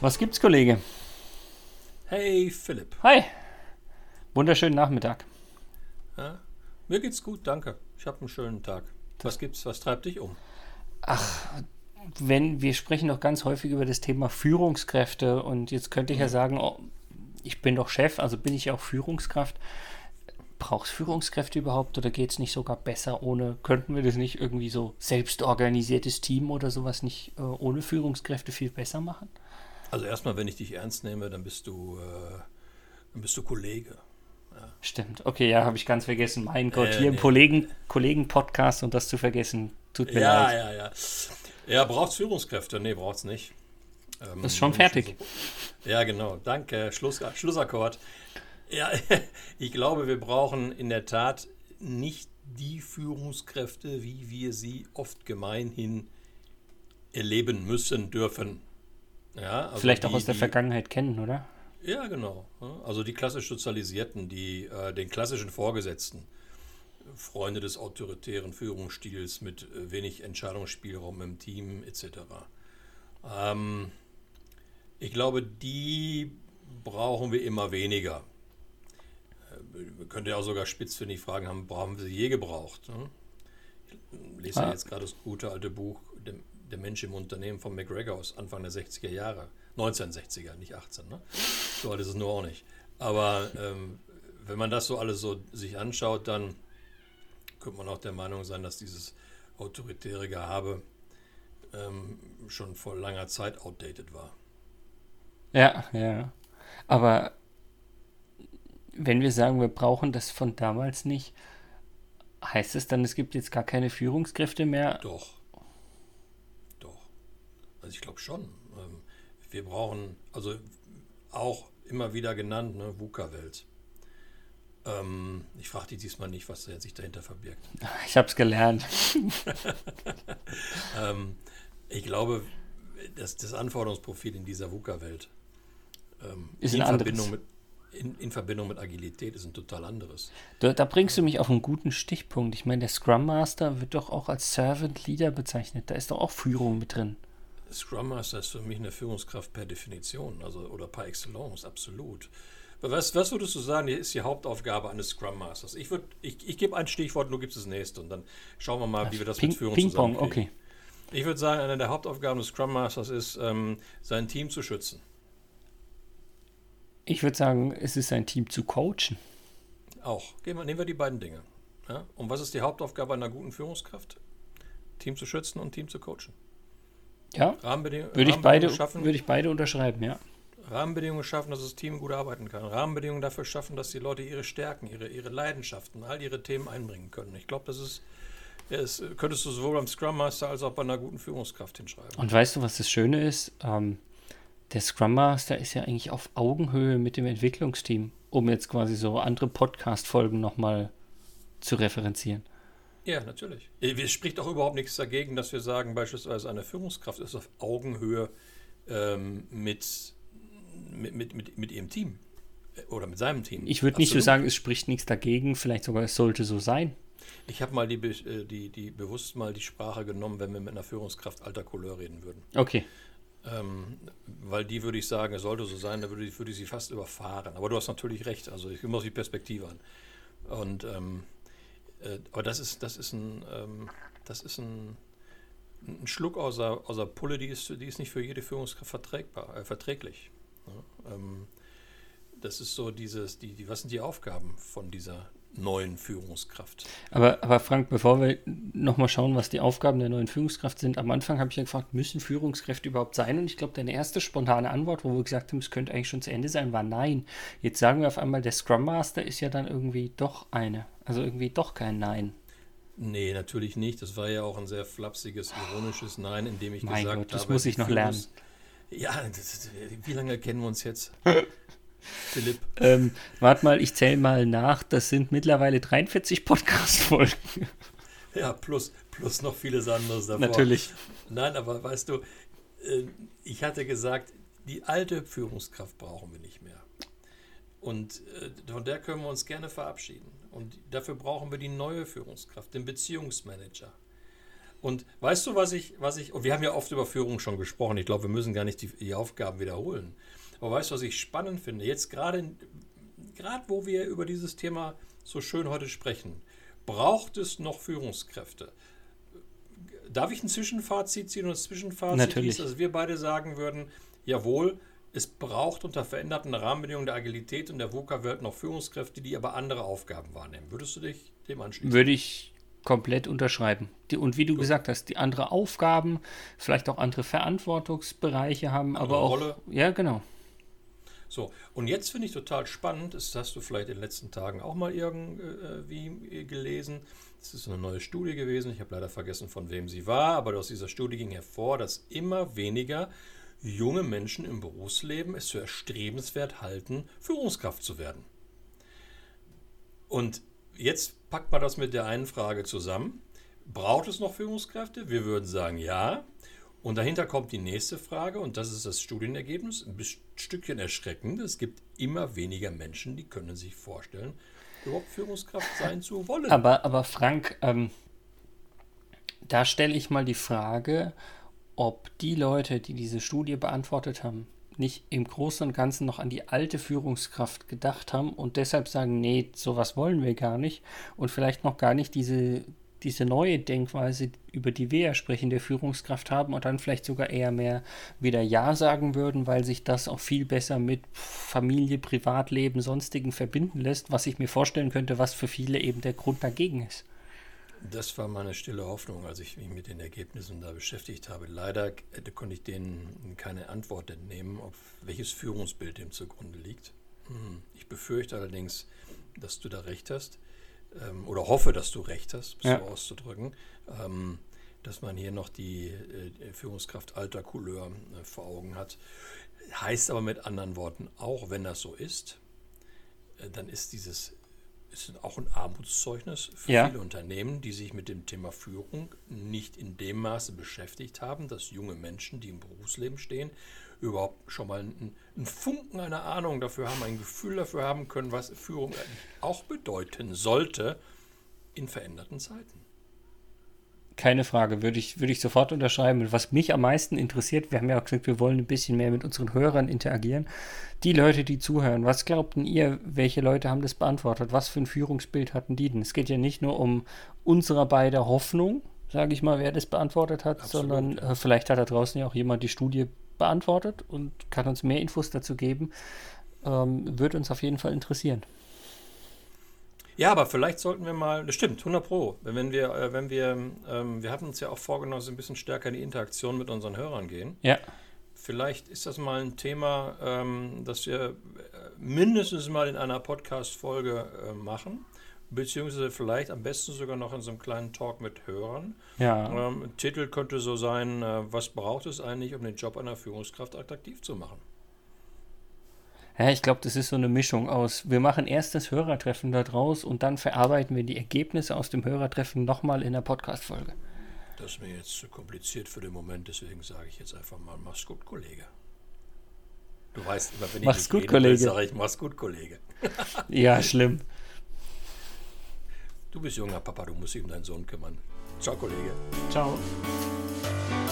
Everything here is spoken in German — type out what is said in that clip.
Was gibt's, Kollege? Hey Philipp. Hi. Wunderschönen Nachmittag. Ja, mir geht's gut, danke. Ich habe einen schönen Tag. Was gibt's? Was treibt dich um? Wir sprechen doch ganz häufig über das Thema Führungskräfte und jetzt könnte ich ja sagen, oh, ich bin doch Chef, also bin ich ja auch Führungskraft. Brauchst Führungskräfte überhaupt oder geht es nicht sogar besser ohne? Könnten wir das nicht irgendwie so selbstorganisiertes Team oder sowas nicht ohne Führungskräfte viel besser machen? Also erstmal, wenn ich dich ernst nehme, dann bist du Kollege. Stimmt. Okay, ja, habe ich ganz vergessen. Mein Gott, hier im Nee. Kollegen-Podcast und das zu vergessen. Tut mir Ja, leid. ja, ja. Ja, braucht's Führungskräfte? Nee, braucht's nicht. Das ist schon Wenn ich schon fertig. ja, genau. Danke. Schlussakkord. Ja, ich glaube, wir brauchen in der Tat nicht die Führungskräfte, wie wir sie oft gemeinhin erleben müssen, dürfen. Ja, also Vielleicht auch die, aus der die Vergangenheit kennen, oder? Ja, genau. Ja, also die klassisch Sozialisierten, die den klassischen Vorgesetzten, Freunde des autoritären Führungsstils mit wenig Entscheidungsspielraum im Team etc. Ähm, Ich glaube, die brauchen wir immer weniger. Man könnte ja auch sogar spitzfindig fragen, brauchen wir sie je gebraucht? Ne? Ich lese ja Ah, jetzt gerade das gute alte Buch Der Mensch im Unternehmen von McGregor aus Anfang der 60er Jahre. 1960er, nicht 18, ne? So alt ist es nur auch nicht. Aber wenn man das so alles so sich anschaut, dann könnte man auch der Meinung sein, dass dieses autoritäre Gehabe schon vor langer Zeit outdated war. ja, ja. Aber wenn wir sagen, wir brauchen das von damals nicht, heißt es dann, es gibt jetzt gar keine Führungskräfte mehr? Doch, doch. Also ich glaube schon. Wir brauchen, also auch immer wieder genannt, ne, VUCA-Welt. Ich frage dich diesmal nicht, was sich dahinter verbirgt. Ich habe es gelernt. Ähm, Ich glaube, dass das Anforderungsprofil in dieser VUCA-Welt Ist ein in Verbindung anderes. mit in Verbindung mit Agilität ist ein total anderes. Da bringst du mich auf einen guten Stichpunkt. Ich meine, der Scrum Master wird doch auch als Servant Leader bezeichnet. Da ist doch auch Führung mit drin. Scrum Master ist für mich eine Führungskraft per Definition, also oder par excellence, absolut. Aber was würdest du sagen, ist die Hauptaufgabe eines Scrum Masters? Ich gebe ein Stichwort, du gibst das nächste und dann schauen wir mal, wie wir das mit Führung Ping-Pong, zusammenkriegen. okay. Ich würde sagen, eine der Hauptaufgaben des Scrum Masters ist, sein Team zu schützen. Ich würde sagen, es ist ein Team zu coachen. Auch. Nehmen wir die beiden Dinge. Ja? Und was ist die Hauptaufgabe einer guten Führungskraft? Team zu schützen und Team zu coachen. Ja, Rahmenbedingungen schaffen, würde ich beide unterschreiben, ja. Rahmenbedingungen schaffen, dass das Team gut arbeiten kann. Rahmenbedingungen dafür schaffen, dass die Leute ihre Stärken, ihre Leidenschaften, all ihre Themen einbringen können. Ich glaube, könntest du sowohl beim Scrum Master als auch bei einer guten Führungskraft hinschreiben. Und weißt du, was das Schöne ist? Der Scrum Master ist ja eigentlich auf Augenhöhe mit dem Entwicklungsteam, um jetzt quasi so andere Podcast-Folgen nochmal zu referenzieren. Ja, natürlich. Es spricht auch überhaupt nichts dagegen, dass wir sagen, beispielsweise eine Führungskraft ist auf Augenhöhe mit ihrem Team oder mit seinem Team. Ich würde nicht so Absolut. sagen, es spricht nichts dagegen, vielleicht sogar es sollte so sein. Ich habe mal bewusst mal die Sprache genommen, wenn wir mit einer Führungskraft alter Couleur reden würden. Okay. Weil die würde ich sagen, es sollte so sein, da würde ich sie fast überfahren. Aber du hast natürlich recht, also ich muss die Perspektive an. Und aber das ist ein Schluck außer Pulle, die ist nicht für jede Führungskraft verträglich. Ja, das ist so was sind die Aufgaben von dieser neuen Führungskraft? Aber Frank, bevor wir nochmal schauen, was die Aufgaben der neuen Führungskraft sind, am Anfang habe ich ja gefragt, müssen Führungskräfte überhaupt sein? Und ich glaube, deine erste spontane Antwort, wo wir gesagt haben, es könnte eigentlich schon zu Ende sein, war nein. Jetzt sagen wir auf einmal, der Scrum Master ist ja dann irgendwie doch eine. Also irgendwie doch kein Nein. Nee, natürlich nicht. Das war ja auch ein sehr flapsiges, ironisches Nein, in dem ich Mein gesagt Gott, das habe, muss ich noch lernen. Ja, wie lange kennen wir uns jetzt, Philipp? Warte mal, ich zähle mal nach. Das sind mittlerweile 43 Podcast-Folgen. Ja, plus noch vieles anderes davor. Natürlich. Nein, aber weißt du, ich hatte gesagt, die alte Führungskraft brauchen wir nicht mehr. Und von der können wir uns gerne verabschieden. Und dafür brauchen wir die neue Führungskraft, den Beziehungsmanager. Und weißt du, und wir haben ja oft über Führung schon gesprochen, ich glaube, wir müssen gar nicht die Aufgaben wiederholen. Aber weißt du, was ich spannend finde? Jetzt gerade wo wir über dieses Thema so schön heute sprechen, braucht es noch Führungskräfte? Darf ich ein Zwischenfazit ziehen? Und das Zwischenfazit Natürlich. ist, dass wir beide sagen würden, jawohl, es braucht unter veränderten Rahmenbedingungen der Agilität und der VUCA-Welt noch Führungskräfte, die aber andere Aufgaben wahrnehmen. Würdest du dich dem anschließen? Würde ich komplett unterschreiben. Und wie du gesagt hast, die andere Aufgaben, vielleicht auch andere Verantwortungsbereiche haben, aber auch Rolle. Ja, genau. So, und jetzt finde ich total spannend, das hast du vielleicht in den letzten Tagen auch mal irgendwie gelesen. Das ist eine neue Studie gewesen, ich habe leider vergessen, von wem sie war, aber aus dieser Studie ging hervor, dass immer weniger junge Menschen im Berufsleben es für erstrebenswert halten, Führungskraft zu werden. Und jetzt packt man das mit der einen Frage zusammen. Braucht es noch Führungskräfte? Wir würden sagen, ja. Und dahinter kommt die nächste Frage, und das ist das Studienergebnis, ein Stückchen erschreckend. Es gibt immer weniger Menschen, die können sich vorstellen, überhaupt Führungskraft sein zu wollen. Aber Frank, da stelle ich mal die Frage, ob die Leute, die diese Studie beantwortet haben, nicht im Großen und Ganzen noch an die alte Führungskraft gedacht haben und deshalb sagen, nee, sowas wollen wir gar nicht und vielleicht noch gar nicht diese neue Denkweise, über die wir ja sprechen, der Führungskraft haben und dann vielleicht sogar eher mehr wieder Ja sagen würden, weil sich das auch viel besser mit Familie, Privatleben, Sonstigen verbinden lässt, was ich mir vorstellen könnte, was für viele eben der Grund dagegen ist. Das war meine stille Hoffnung, als ich mich mit den Ergebnissen da beschäftigt habe. Leider konnte ich denen keine Antwort entnehmen, auf welches Führungsbild dem zugrunde liegt. Ich befürchte allerdings, dass du da recht hast, oder hoffe, dass du recht hast, so auszudrücken, dass man hier noch die Führungskraft alter Couleur vor Augen hat. Heißt aber mit anderen Worten, auch wenn das so ist, dann ist auch ein Armutszeugnis für viele Unternehmen, die sich mit dem Thema Führung nicht in dem Maße beschäftigt haben, dass junge Menschen, die im Berufsleben stehen, überhaupt schon mal einen Funken einer Ahnung dafür haben, ein Gefühl dafür haben können, was Führung eigentlich auch bedeuten sollte in veränderten Zeiten. Keine Frage, würde ich sofort unterschreiben. Und was mich am meisten interessiert, wir haben ja auch gesagt, wir wollen ein bisschen mehr mit unseren Hörern interagieren. Die Leute, die zuhören, was glaubten ihr, welche Leute haben das beantwortet? Was für ein Führungsbild hatten die denn? Es geht ja nicht nur um unsere beide Hoffnung, sage ich mal, wer das beantwortet hat, Absolut, sondern vielleicht hat da draußen ja auch jemand die Studie beantwortet und kann uns mehr Infos dazu geben. Würde uns auf jeden Fall interessieren. Ja, aber vielleicht sollten wir mal, das stimmt, 100%. Wir hatten uns ja auch vorgenommen, so ein bisschen stärker in die Interaktion mit unseren Hörern gehen. Ja. Vielleicht ist das mal ein Thema, das wir mindestens mal in einer Podcast-Folge machen, beziehungsweise vielleicht am besten sogar noch in so einem kleinen Talk mit Hörern. Ja. Titel könnte so sein, was braucht es eigentlich, um den Job einer Führungskraft attraktiv zu machen? Ja, ich glaube, das ist so eine Mischung aus, wir machen erst das Hörertreffen da draus und dann verarbeiten wir die Ergebnisse aus dem Hörertreffen nochmal in der Podcast-Folge. Das ist mir jetzt zu kompliziert für den Moment, deswegen sage ich jetzt einfach mal, mach's gut, Kollege. Du weißt immer, wenn ich mach's gut, Kollege. Sage ich, mach's gut, Kollege. Ja, schlimm. Du bist junger Papa, du musst dich um deinen Sohn kümmern. Ciao, Kollege. Ciao.